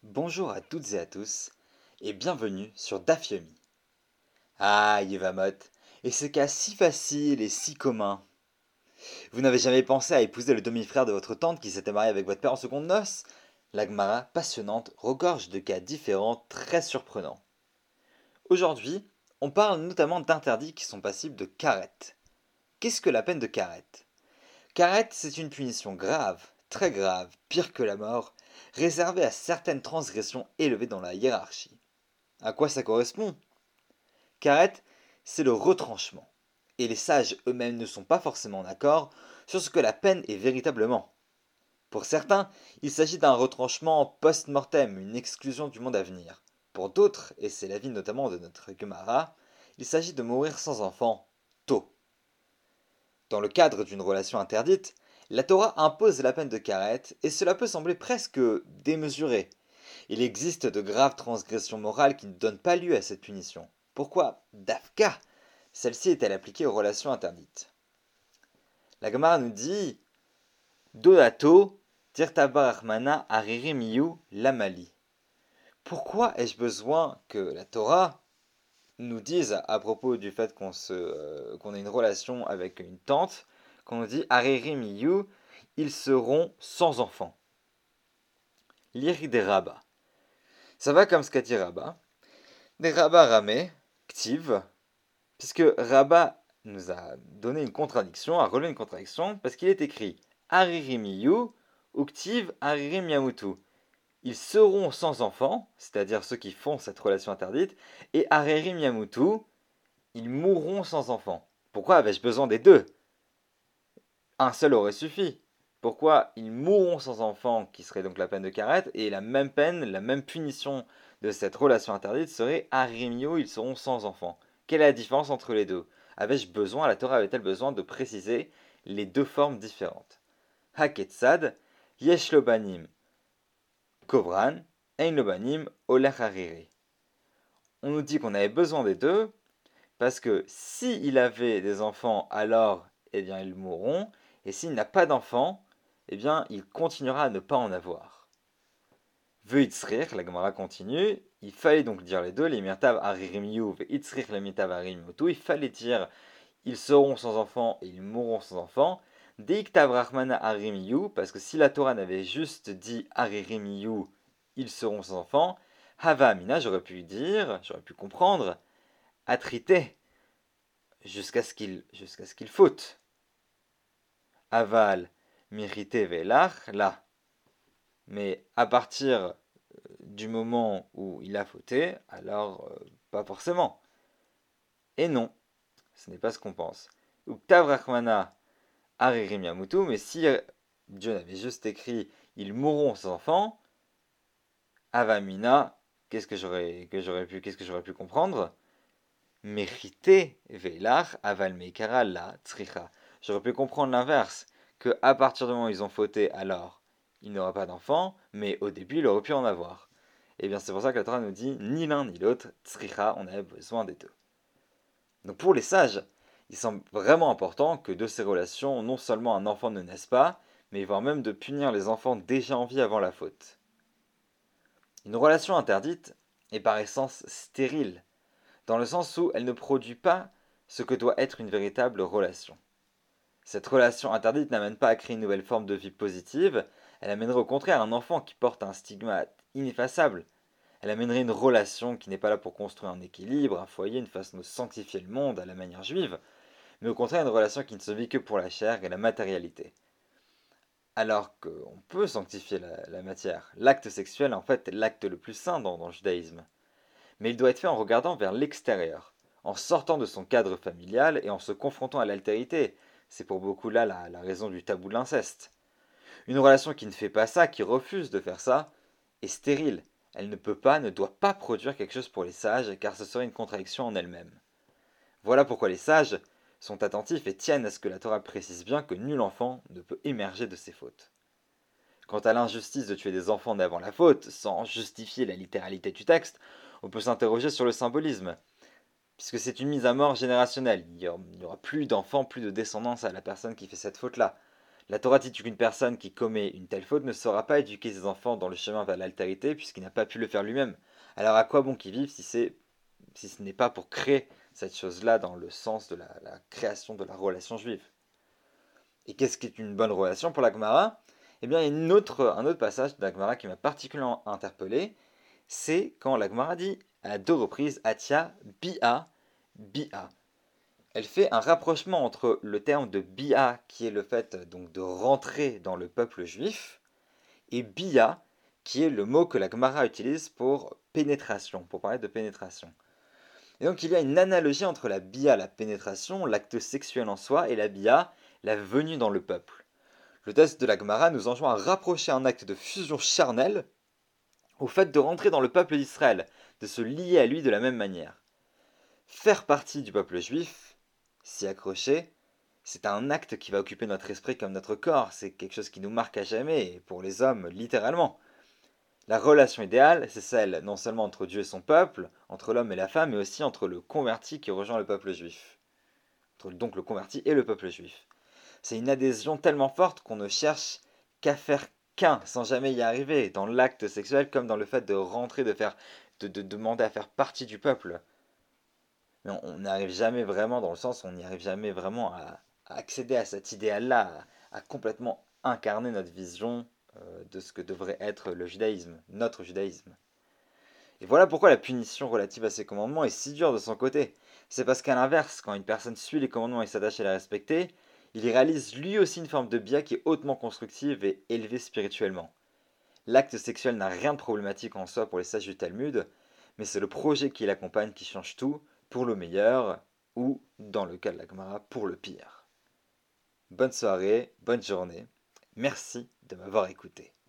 Bonjour à toutes et à tous, et bienvenue sur Daf Yomi. Ah, Yevamot, et ce cas si facile et si commun. Vous n'avez jamais pensé à épouser le demi-frère de votre tante qui s'était marié avec votre père en seconde noces? La Gemara passionnante regorge de cas différents très surprenants. Aujourd'hui, on parle notamment d'interdits qui sont passibles de karet. Qu'est-ce que la peine de karet? Karet, c'est une punition grave, très grave, pire que la mort, réservée à certaines transgressions élevées dans la hiérarchie. À quoi ça correspond? Karet, c'est le retranchement. Et les sages eux-mêmes ne sont pas forcément d'accord sur ce que la peine est véritablement. Pour certains, il s'agit d'un retranchement post-mortem, une exclusion du monde à venir. Pour d'autres, et c'est l'avis notamment de notre Gemara, il s'agit de mourir sans enfant, tôt. Dans le cadre d'une relation interdite, la Torah impose la peine de karet, et cela peut sembler presque démesuré. Il existe de graves transgressions morales qui ne donnent pas lieu à cette punition. Pourquoi Dafka celle-ci est-elle appliquée aux relations interdites? La Gemara nous dit Dodato tirtabarachmana hariri miyu lamali. Pourquoi ai-je besoin que la Torah nous dise à propos du fait qu'on ait une relation avec une tante, qu'on nous dit hariri miyu, ils seront sans enfants? L'iri des rabbins. Ça va comme ce qu'a dit Rabbah. Des rabbins ramés, ktiv, puisque Rabat nous a donné une contradiction, a relevé une contradiction, parce qu'il est écrit Haririm Yu, Uktiv Haririm Yamutu. Ils seront sans enfants, c'est-à-dire ceux qui font cette relation interdite, et Haririm Yamutu, ils mourront sans enfants. Pourquoi avais-je besoin des deux? Un seul aurait suffi. Pourquoi ils mourront sans enfants, qui serait donc la peine de karet, et la même peine, la même punition de cette relation interdite serait Haririm Yu, ils seront sans enfants. Quelle est la différence entre les deux? La Torah avait-elle besoin de préciser les deux formes différentes? Haketsad, yesh lobanim kovran, ein lobanim olech hariri. On nous dit qu'on avait besoin des deux, parce que s'il avait des enfants, alors, eh bien, ils mourront, et s'il n'a pas d'enfants, eh bien, il continuera à ne pas en avoir. Veitzrir, la Gemara continue, il fallait donc dire les deux, les mirtav haririm yu, veitzrir les mirtav haririm mutu, il fallait dire ils seront sans enfants et ils mourront sans enfants. Deiktav Rahmana Harimiyu, parce que si la Torah n'avait juste dit Haririmiyu, ils seront sans enfants, Hava Amina, j'aurais pu comprendre, Atrité, jusqu'à ce qu'il faute. Aval, Mirité Velach, là. Mais à partir du moment où il a fauté, alors pas forcément. Et non, ce n'est pas ce qu'on pense. Uktav Rahmana Haririm Yamutu, mais si Dieu n'avait juste écrit ils mourront sans enfants, Avamina, qu'est-ce que j'aurais pu comprendre? Mérité Velar Aval Meikara la Tzricha. J'aurais pu comprendre l'inverse, que à partir du moment où ils ont fauté, alors il n'aura pas d'enfants, mais au début il aurait pu en avoir. Et bien c'est pour ça que la Torah nous dit ni l'un ni l'autre, Tzricha, on avait besoin des deux. Donc pour les sages, il semble vraiment important que de ces relations, non seulement un enfant ne naisse pas, mais voire même de punir les enfants déjà en vie avant la faute. Une relation interdite est par essence stérile, dans le sens où elle ne produit pas ce que doit être une véritable relation. Cette relation interdite n'amène pas à créer une nouvelle forme de vie positive, elle amènerait au contraire un enfant qui porte un stigmate ineffaçable. Elle amènerait une relation qui n'est pas là pour construire un équilibre, un foyer, une façon de sanctifier le monde à la manière juive, mais au contraire une relation qui ne se vit que pour la chair et la matérialité. Alors qu'on peut sanctifier la matière. L'acte sexuel est en fait l'acte le plus saint dans le judaïsme. Mais il doit être fait en regardant vers l'extérieur, en sortant de son cadre familial et en se confrontant à l'altérité. C'est pour beaucoup là la raison du tabou de l'inceste. Une relation qui ne fait pas ça, qui refuse de faire ça, est stérile. Elle ne doit pas produire quelque chose pour les sages, car ce serait une contradiction en elle-même. Voilà pourquoi les sages sont attentifs et tiennent à ce que la Torah précise bien que nul enfant ne peut émerger de ses fautes. Quant à l'injustice de tuer des enfants avant la faute, sans justifier la littéralité du texte, on peut s'interroger sur le symbolisme, puisque c'est une mise à mort générationnelle. Il n'y aura plus d'enfants, plus de descendance à la personne qui fait cette faute-là. La Torah dit qu'une personne qui commet une telle faute ne saura pas éduquer ses enfants dans le chemin vers l'altérité puisqu'il n'a pas pu le faire lui-même. Alors à quoi bon qu'il vive si ce n'est pas pour créer cette chose-là dans le sens de la création de la relation juive? Et qu'est-ce qui est une bonne relation pour la Gemara? Eh bien, il y a un autre passage de la Gemara qui m'a particulièrement interpellé, c'est quand la Gemara dit à 2 reprises Atia Bia Bia. Elle fait un rapprochement entre le terme de Bia, qui est le fait donc de rentrer dans le peuple juif, et Bia, qui est le mot que la Gemara utilise pour pénétration, pour parler de pénétration. Et donc il y a une analogie entre la Bia, la pénétration, l'acte sexuel en soi, et la Bia, la venue dans le peuple. Le texte de la Gemara nous enjoint à rapprocher un acte de fusion charnelle au fait de rentrer dans le peuple d'Israël, de se lier à lui de la même manière. Faire partie du peuple juif, s'y accrocher, c'est un acte qui va occuper notre esprit comme notre corps, c'est quelque chose qui nous marque à jamais, et pour les hommes, littéralement. La relation idéale, c'est celle non seulement entre Dieu et son peuple, entre l'homme et la femme, mais aussi entre le converti qui rejoint le peuple juif. Entre donc le converti et le peuple juif. C'est une adhésion tellement forte qu'on ne cherche qu'à faire qu'un, sans jamais y arriver, dans l'acte sexuel comme dans le fait de rentrer, de demander à faire partie du peuple. Mais on n'arrive jamais vraiment dans le sens, on n'y arrive jamais vraiment à accéder à cet idéal-là, à complètement incarner notre vision de ce que devrait être le judaïsme, notre judaïsme. Et voilà pourquoi la punition relative à ces commandements est si dure de son côté. C'est parce qu'à l'inverse, quand une personne suit les commandements et s'attache à les respecter, il réalise lui aussi une forme de biais qui est hautement constructive et élevée spirituellement. L'acte sexuel n'a rien de problématique en soi pour les sages du Talmud, mais c'est le projet qui l'accompagne qui change tout, pour le meilleur, ou, dans le cas de la Gemara, pour le pire. Bonne soirée, bonne journée, merci de m'avoir écouté.